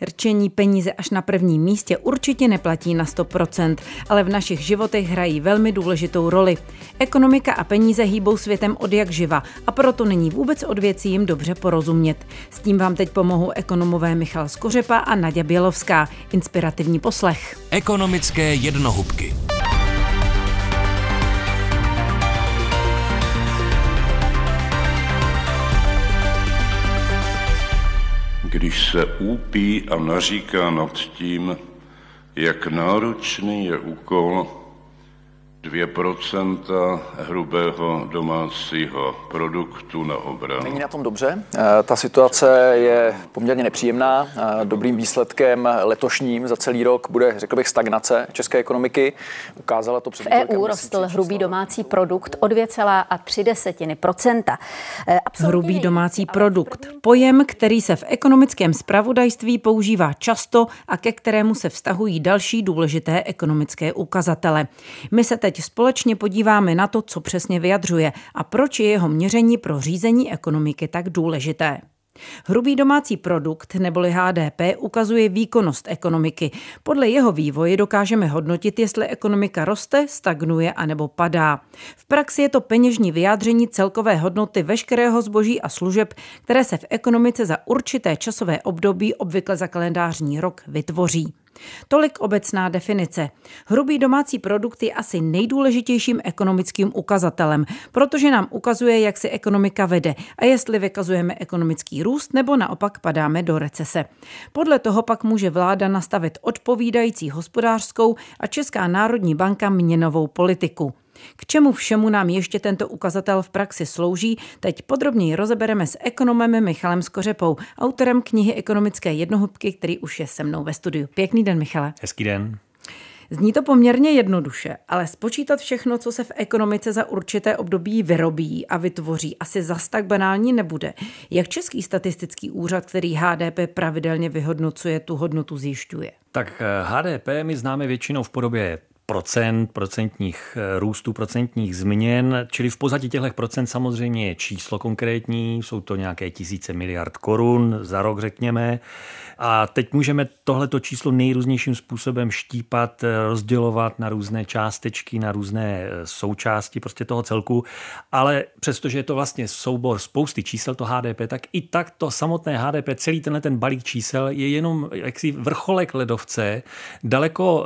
Rčení peníze až na prvním místě určitě neplatí na 100%, ale v našich životech hrají velmi důležitou roli. Ekonomika a peníze hýbou světem odjakživa a proto není vůbec od věcí jim dobře porozumět. S tím vám teď pomohou ekonomové Michal Skořepa a Naďa Bělovská. Inspirativní poslech. Ekonomické jednohubky. Když se úpí a naříká nad tím, jak náročný je úkol 2% hrubého domácího produktu na obranu. Není na tom dobře. Ta situace je poměrně nepříjemná. Dobrým výsledkem letošním za celý rok bude, řekl bych, stagnace české ekonomiky. Ukázala to před několika měsíci. V EU rostl hrubý domácí produkt o 2,3%. Hrubý domácí produkt. Pojem, který se v ekonomickém zpravodajství používá často a ke kterému se vztahují další důležité ekonomické ukazatele. My se teď společně podíváme na to, co přesně vyjadřuje a proč je jeho měření pro řízení ekonomiky tak důležité. Hrubý domácí produkt neboli HDP ukazuje výkonnost ekonomiky. Podle jeho vývoje dokážeme hodnotit, jestli ekonomika roste, stagnuje anebo padá. V praxi je to peněžní vyjádření celkové hodnoty veškerého zboží a služeb, které se v ekonomice za určité časové období, obvykle za kalendářní rok, vytvoří. Tolik obecná definice. Hrubý domácí produkt je asi nejdůležitějším ekonomickým ukazatelem, protože nám ukazuje, jak se ekonomika vede a jestli vykazujeme ekonomický růst nebo naopak padáme do recese. Podle toho pak může vláda nastavit odpovídající hospodářskou a Česká národní banka měnovou politiku. K čemu všemu nám ještě tento ukazatel v praxi slouží, teď podrobněji rozebereme s ekonomem Michalem Skořepou, autorem knihy Ekonomické jednohubky, který už je se mnou ve studiu. Pěkný den, Michale. Hezký den. Zní to poměrně jednoduše, ale spočítat všechno, co se v ekonomice za určité období vyrobí a vytvoří, asi zas tak banální nebude. Jak Český statistický úřad, který HDP pravidelně vyhodnocuje, tu hodnotu zjišťuje? Tak HDP my známe většinou v podobě procentních růstů, procentních změn, čili v pozadí těchto procent samozřejmě je číslo konkrétní, jsou to nějaké tisíce miliard korun za rok, řekněme. A teď můžeme tohleto číslo nejrůznějším způsobem štípat, rozdělovat na různé částečky, na různé součásti prostě toho celku, ale přestože je to vlastně soubor spousty čísel, to HDP, tak i tak to samotné HDP, celý ten balík čísel je jenom jaksi vrcholek ledovce daleko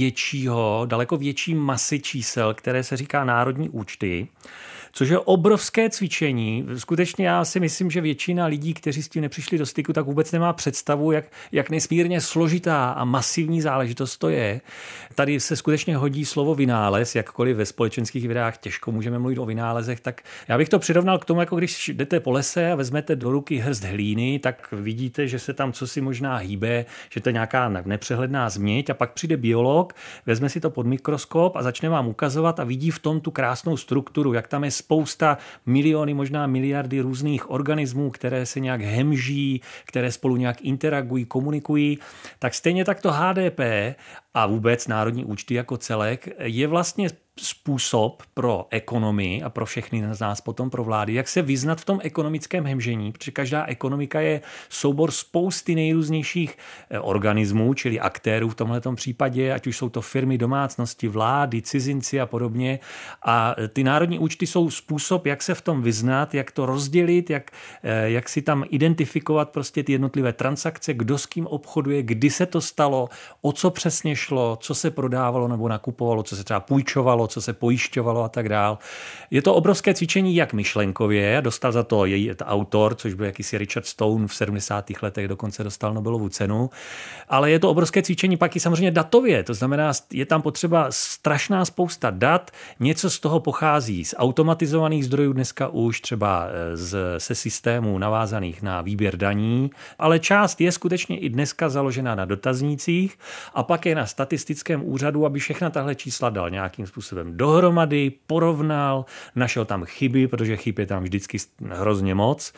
větší masy čísel, které se říká národní účty, což je obrovské cvičení. Skutečně já si myslím, že většina lidí, kteří s tím nepřišli do styku, tak vůbec nemá představu, jak nesmírně složitá a masivní záležitost to je. Tady se skutečně hodí slovo vynález, jakkoliv ve společenských vědách těžko můžeme mluvit o vynálezech, tak já bych to přirovnal k tomu, jako když jdete po lese a vezmete do ruky hrst hlíny, tak vidíte, že se tam cosi možná hýbe, že to je nějaká nepřehledná změť a pak přijde biolog, vezme si to pod mikroskop a začne vám ukazovat a vidí v tom tu krásnou strukturu, jak tam je spousta miliony, možná miliardy různých organismů, které se nějak hemží, které spolu nějak interagují, komunikují, tak stejně tak to HDP a vůbec národní účty jako celek je vlastně způsob pro ekonomii a pro všechny z nás potom pro vlády, jak se vyznat v tom ekonomickém hemžení, protože každá ekonomika je soubor spousty nejrůznějších organismů, čili aktérů v tomhletom případě, ať už jsou to firmy, domácnosti, vlády, cizinci a podobně. A ty národní účty jsou způsob, jak se v tom vyznat, jak to rozdělit, jak si tam identifikovat prostě ty jednotlivé transakce, kdo s kým obchoduje, kdy se to stalo, o co přesně šlo, co se prodávalo nebo nakupovalo, co se třeba půjčovalo, co se pojišťovalo a tak dál. Je to obrovské cvičení jak myšlenkově, dostal za to její autor, což byl jakýsi Richard Stone v 70. letech, dokonce dostal Nobelovu cenu, ale je to obrovské cvičení pak i samozřejmě datově, to znamená, je tam potřeba strašná spousta dat, něco z toho pochází z automatizovaných zdrojů dneska už třeba se systémů navázaných na výběr daní, ale část je skutečně i dneska založená na dotaznících a pak je na statistickém úřadu, aby všechna tahle čísla dal nějakým způsobem dohromady, porovnal, našel tam chyby, protože chyb je tam vždycky hrozně moc.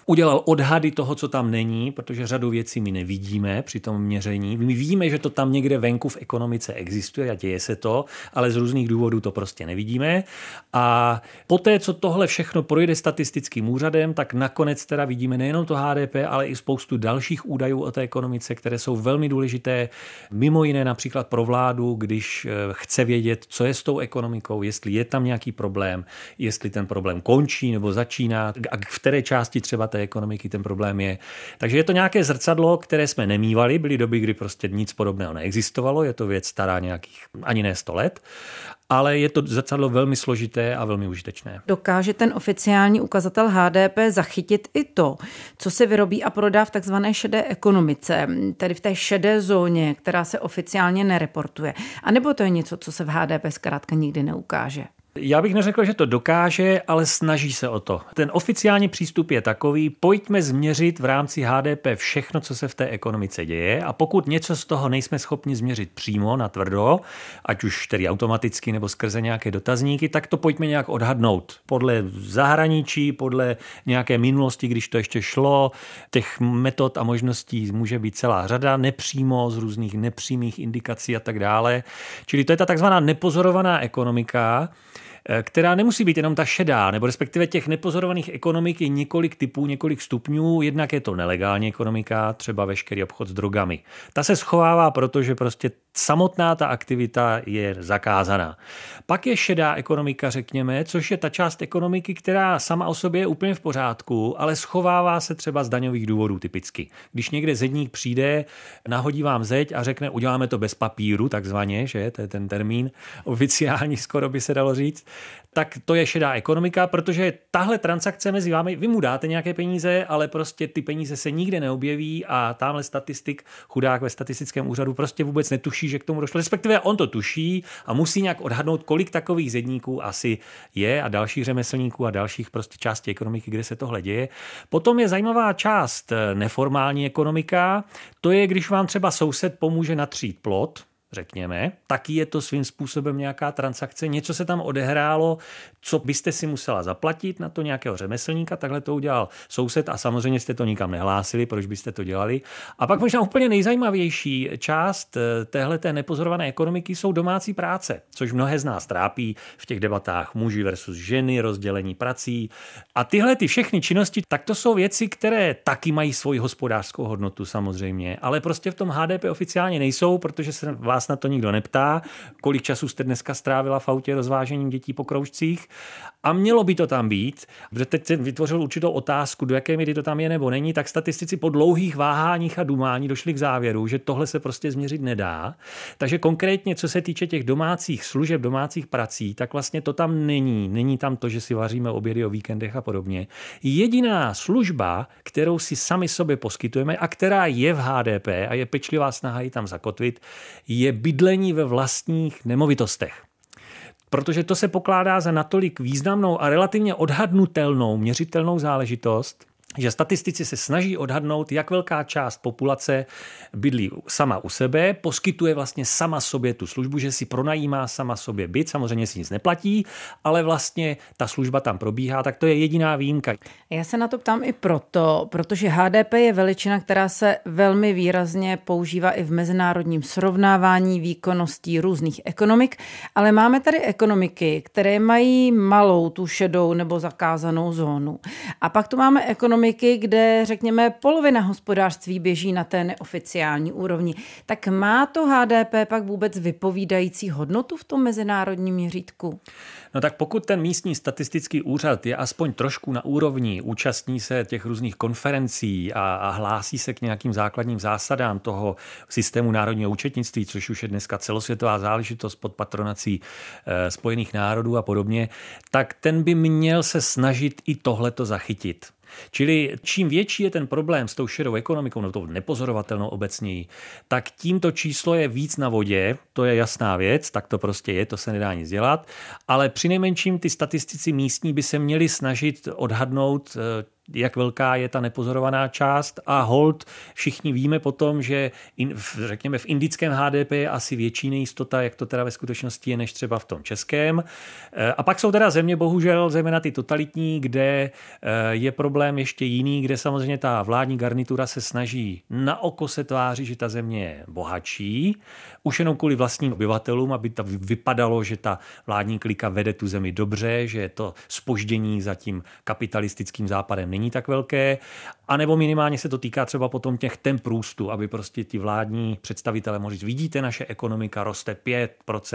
udělal odhady toho, co tam není, protože řadu věcí my nevidíme při tom měření. My víme, že to tam někde venku v ekonomice existuje a děje se to, ale z různých důvodů to prostě nevidíme. A poté, co tohle všechno projde statistickým úřadem, tak nakonec teda vidíme nejenom to HDP, ale i spoustu dalších údajů o té ekonomice, které jsou velmi důležité, mimo jiné například pro vládu, když chce vědět, co je s tou ekonomikou, jestli je tam nějaký problém, jestli ten problém končí nebo začíná a v které části třeba té ekonomiky ten problém je. Takže je to nějaké zrcadlo, které jsme nemívali, byly doby, kdy prostě nic podobného neexistovalo, je to věc stará nějakých ani ne 100 let, ale je to zrcadlo velmi složité a velmi užitečné. Dokáže ten oficiální ukazatel HDP zachytit i to, co se vyrobí a prodá v takzvané šedé ekonomice, tedy v té šedé zóně, která se oficiálně nereportuje? A nebo to je něco, co se v HDP zkrátka nikdy neukáže? Já bych neřekl, že to dokáže, ale snaží se o to. Ten oficiální přístup je takový, pojďme změřit v rámci HDP všechno, co se v té ekonomice děje a pokud něco z toho nejsme schopni změřit přímo, natvrdo, ať už tedy automaticky nebo skrze nějaké dotazníky, tak to pojďme nějak odhadnout. Podle zahraničí, podle nějaké minulosti, když to ještě šlo, těch metod a možností může být celá řada, nepřímo, z různých nepřímých indikací a tak dále. Čili to je ta takzvaná nepozorovaná ekonomika, která nemusí být jenom ta šedá, nebo respektive těch nepozorovaných ekonomik je několik typů, několik stupňů. Jednak je to nelegální ekonomika, třeba veškerý obchod s drogami. Ta se schovává, protože prostě samotná ta aktivita je zakázaná. Pak je šedá ekonomika, řekněme, což je ta část ekonomiky, která sama o sobě je úplně v pořádku, ale schovává se třeba z daňových důvodů typicky. Když někde zedník přijde, nahodí vám zeď a řekne, uděláme to bez papíru, takzvaně, že to je ten termín oficiální, skoro by se dalo říct, tak to je šedá ekonomika, protože tahle transakce mezi vámi, vy mu dáte nějaké peníze, ale prostě ty peníze se nikde neobjeví a tamhle statistik, chudák ve statistickém úřadu prostě vůbec netuší, že k tomu došlo. Respektive on to tuší a musí nějak odhadnout, kolik takových zedníků asi je a dalších řemeslníků a dalších prostě částí ekonomiky, kde se tohle děje. Potom je zajímavá část neformální ekonomika, to je, když vám třeba soused pomůže natřít plot, řekněme, taky je to svým způsobem nějaká transakce, něco se tam odehrálo, co byste si musela zaplatit na to nějakého řemeslníka, takhle to udělal soused a samozřejmě jste to nikam nehlásili, proč byste to dělali. A pak možná úplně nejzajímavější část téhleté nepozorované ekonomiky jsou domácí práce, což mnohé z nás trápí v těch debatách muži versus ženy, rozdělení prací. A tyhle ty všechny činnosti, tak to jsou věci, které taky mají svoji hospodářskou hodnotu samozřejmě, ale prostě v tom HDP oficiálně nejsou, protože se vás na to nikdo neptá, kolik času jste dneska strávila v autě rozvážením dětí po kroužcích. A mělo by to tam být, protože teď jsem vytvořil určitou otázku, do jaké míry to tam je nebo není, tak statistici po dlouhých váháních a dumání došli k závěru, že tohle se prostě změřit nedá. Takže konkrétně, co se týče těch domácích služeb, domácích prací, tak vlastně to tam není. Není tam to, že si vaříme obědy o víkendech a podobně. Jediná služba, kterou si sami sobě poskytujeme a která je v HDP a je pečlivá snaha ji tam zakotvit, je bydlení ve vlastních nemovitostech. Protože to se pokládá za natolik významnou a relativně odhadnutelnou, měřitelnou záležitost, že statistici se snaží odhadnout, jak velká část populace bydlí sama u sebe, poskytuje vlastně sama sobě tu službu, že si pronajímá sama sobě byt, samozřejmě si nic neplatí, ale vlastně ta služba tam probíhá, tak to je jediná výjimka. Já se na to ptám i proto, protože HDP je veličina, která se velmi výrazně používá i v mezinárodním srovnávání výkonností různých ekonomik, ale máme tady ekonomiky, které mají malou tu šedou nebo zakázanou zónu. A pak tu máme ekonomiky, kde, řekněme, polovina hospodářství běží na té neoficiální úrovni. Tak má to HDP pak vůbec vypovídající hodnotu v tom mezinárodním měřítku? No tak pokud ten místní statistický úřad je aspoň trošku na úrovni, účastní se těch různých konferencí a hlásí se k nějakým základním zásadám toho systému národního účetnictví, což už je dneska celosvětová záležitost pod patronací Spojených národů a podobně, tak ten by měl se snažit i tohleto zachytit. Čili čím větší je ten problém s tou šedou ekonomikou, nebo tou nepozorovatelnou obecněji, tak tím to číslo je víc na vodě, to je jasná věc, tak to prostě je, to se nedá nic dělat, ale přinejmenším ty statistici místní by se měli snažit odhadnout, jak velká je ta nepozorovaná část a hold všichni víme potom, že řekněme v indickém HDP je asi větší nejistota, jak to teda ve skutečnosti je, než třeba v tom českém. A pak jsou teda země, bohužel, zejména ty totalitní, kde je problém ještě jiný, kde samozřejmě ta vládní garnitura se snaží na oko se tváří, že ta země je bohatší, už jenom kvůli vlastním obyvatelům, aby to vypadalo, že ta vládní klika vede tu zemi dobře, že to zpoždění za tím kapitalistickým západem není tak velké, anebo minimálně se to týká třeba potom těch temp růstu, aby prostě ti vládní představitelé mohli říct, vidíte, naše ekonomika roste 5%,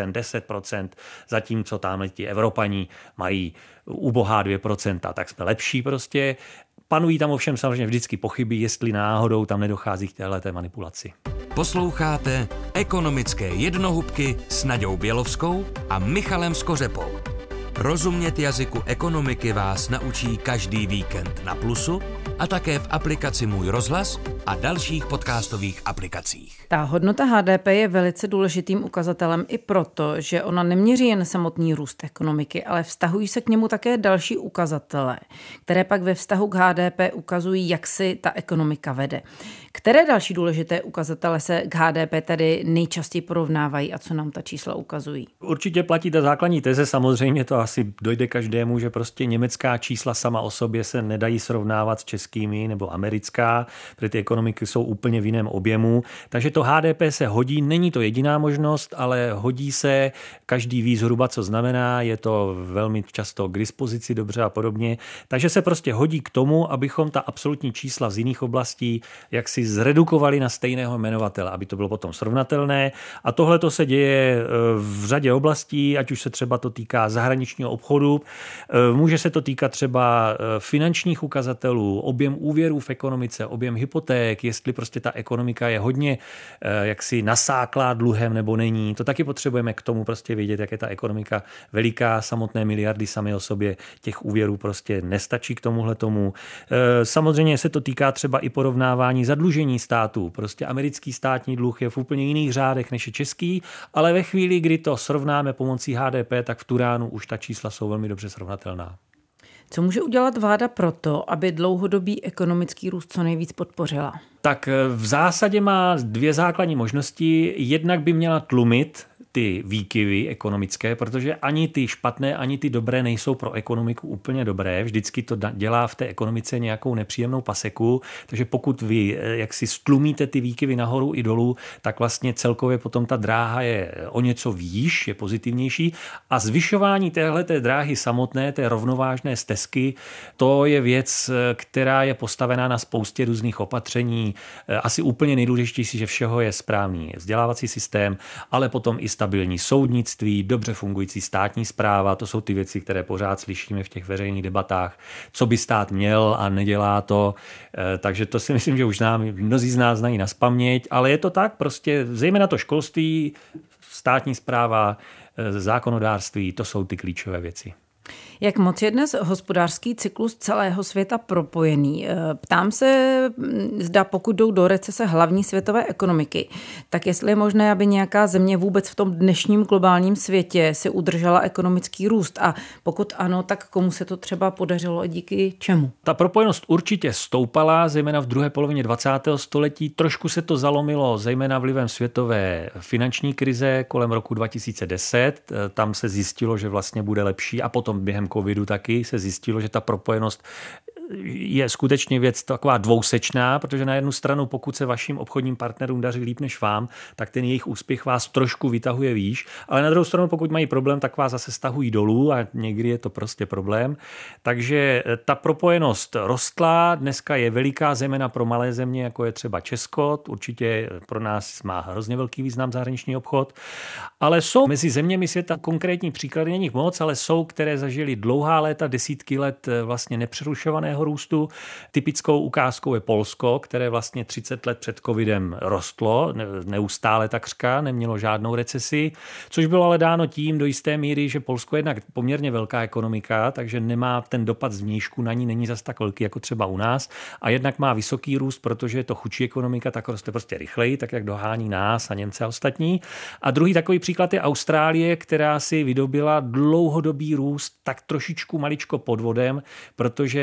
10%, zatímco tam ti Evropaní mají ubohá 2%, tak jsme lepší prostě. Panují tam ovšem samozřejmě vždycky pochyby, jestli náhodou tam nedochází k téhleté manipulaci. Posloucháte Ekonomické jednohubky s Naďou Bělovskou a Michalem Skořepou. Rozumět jazyku ekonomiky vás naučí každý víkend na Plusu a také v aplikaci Můj rozhlas a dalších podcastových aplikacích. Ta hodnota HDP je velice důležitým ukazatelem i proto, že ona neměří jen samotný růst ekonomiky, ale vztahují se k němu také další ukazatele, které pak ve vztahu k HDP ukazují, jak si ta ekonomika vede. Které další důležité ukazatele se k HDP tady nejčastěji porovnávají a co nám ta čísla ukazují? Určitě platí ta základní teze, samozřejmě to asi dojde každému, že prostě německá čísla sama o sobě se nedají srovnávat s českými nebo americká, protože ty ekonomiky jsou úplně v jiném objemu. Takže to HDP se hodí, není to jediná možnost, ale hodí se, každý ví zhruba, co znamená, je to velmi často k dispozici dobře a podobně. Takže se prostě hodí k tomu, abychom ta absolutní čísla z jiných oblastí jaksi zredukovali na stejného jmenovatele, aby to bylo potom srovnatelné. A tohle to se děje v řadě oblastí, ať už se třeba to týká zahraničního obchodu, může se to týkat třeba finančních ukazatelů, objem úvěrů v ekonomice, objem hypoték, jestli prostě ta ekonomika je hodně jaksi nasáklá dluhem nebo není. To taky potřebujeme k tomu prostě vědět, jak je ta ekonomika veliká, samotné miliardy sami o sobě těch úvěrů prostě nestačí k tomuhle tomu. Samozřejmě se to týká třeba i porovnávání zadlužení států. Prostě americký státní dluh je v úplně jiných řádech než je český, ale ve chvíli, kdy to srovnáme pomocí HDP, tak v tu ránu už ta čísla jsou velmi dobře srovnatelná. Co může udělat vláda proto, aby dlouhodobý ekonomický růst co nejvíc podpořila? Tak v zásadě má dvě základní možnosti. Jednak by měla tlumit ty výkyvy ekonomické, protože ani ty špatné, ani ty dobré nejsou pro ekonomiku úplně dobré. Vždycky to dělá v té ekonomice nějakou nepříjemnou paseku, takže pokud vy jaksi stlumíte ty výkyvy nahoru i dolů, tak vlastně celkově potom ta dráha je o něco výš, je pozitivnější a zvyšování téhleté dráhy samotné, té rovnovážné stezky, to je věc, která je postavená na spoustě různých opatření. Asi úplně nejdůležitější, že všeho je správný vzdělávací systém, ale potom i stabilní soudnictví, dobře fungující státní správa, to jsou ty věci, které pořád slyšíme v těch veřejných debatách, co by stát měl a nedělá to, takže to si myslím, že už mnozí z nás znají nazpaměť, ale je to tak, prostě zejména to školství, státní správa, zákonodárství, to jsou ty klíčové věci. Jak moc je dnes hospodářský cyklus celého světa propojený? Ptám se, zda pokud jdou do recese hlavní světové ekonomiky, tak jestli je možné, aby nějaká země vůbec v tom dnešním globálním světě si udržela ekonomický růst a pokud ano, tak komu se to třeba podařilo a díky čemu? Ta propojenost určitě stoupala, zejména v druhé polovině 20. století. Trošku se to zalomilo, zejména vlivem světové finanční krize kolem roku 2010. Tam se zjistilo, že vlastně bude lepší a potom během covidu taky se zjistilo, že ta propojenost je skutečně věc taková dvousečná, protože na jednu stranu, pokud se vašim obchodním partnerům daří líp než vám, tak ten jejich úspěch vás trošku vytahuje výš, ale na druhou stranu, pokud mají problém, tak vás zase stahují dolů a někdy je to prostě problém. Takže ta propojenost rostla, dneska je veliká, zejména pro malé země, jako je třeba Česko, určitě pro nás má hrozně velký význam zahraniční obchod, ale jsou mezi zeměmi světa konkrétní příklady, není moc, ale jsou, které zažili dlouhá léta, desítky let vlastně nepřerušovaného růstu. Typickou ukázkou je Polsko, které vlastně 30 let před covidem rostlo, neustále takřka, nemělo žádnou recesi, což bylo ale dáno tím do jisté míry, že Polsko je jednak poměrně velká ekonomika, takže nemá ten dopad zvnějšku, na ní není zas tak velký jako třeba u nás a jednak má vysoký růst, protože je to chudší ekonomika, tak roste prostě rychleji, tak jak dohání nás a Němce a ostatní. A druhý takový příklad je Austrálie, která si vydobila dlouhodobý růst tak trošičku maličko pod vodem, protože když se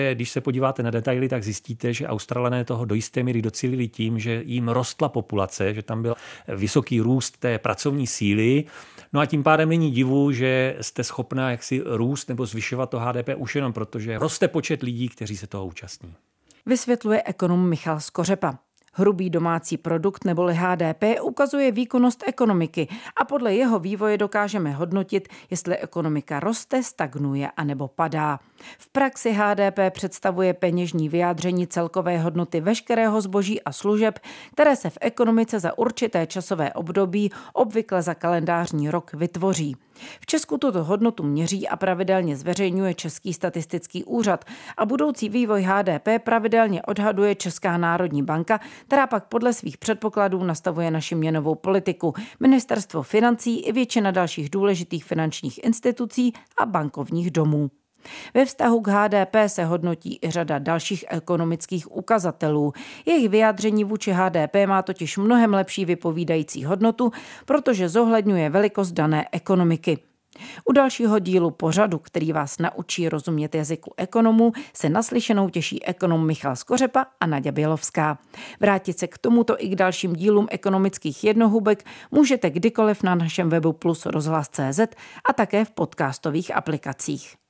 podíváte na detaily, tak zjistíte, že Australané toho do jisté míry docílili tím, že jim rostla populace, že tam byl vysoký růst té pracovní síly. No a tím pádem není divu, že jste schopná jaksi růst nebo zvyšovat to HDP už jenom proto, že roste počet lidí, kteří se toho účastní. Vysvětluje ekonom Michal Skořepa. Hrubý domácí produkt neboli HDP ukazuje výkonnost ekonomiky a podle jeho vývoje dokážeme hodnotit, jestli ekonomika roste, stagnuje anebo padá. V praxi HDP představuje peněžní vyjádření celkové hodnoty veškerého zboží a služeb, které se v ekonomice za určité časové období, obvykle za kalendářní rok, vytvoří. V Česku tuto hodnotu měří a pravidelně zveřejňuje Český statistický úřad a budoucí vývoj HDP pravidelně odhaduje Česká národní banka, která pak podle svých předpokladů nastavuje naši měnovou politiku, Ministerstvo financí i většina dalších důležitých finančních institucí a bankovních domů. Ve vztahu k HDP se hodnotí i řada dalších ekonomických ukazatelů. Jejich vyjádření vůči HDP má totiž mnohem lepší vypovídající hodnotu, protože zohledňuje velikost dané ekonomiky. U dalšího dílu pořadu, který vás naučí rozumět jazyku ekonomů, se naslyšenou těší ekonom Michal Skořepa a Naďa Bělovská. Vrátit se k tomuto i k dalším dílům ekonomických jednohubek můžete kdykoliv na našem webu Plus rozhlas.cz a také v podcastových aplikacích.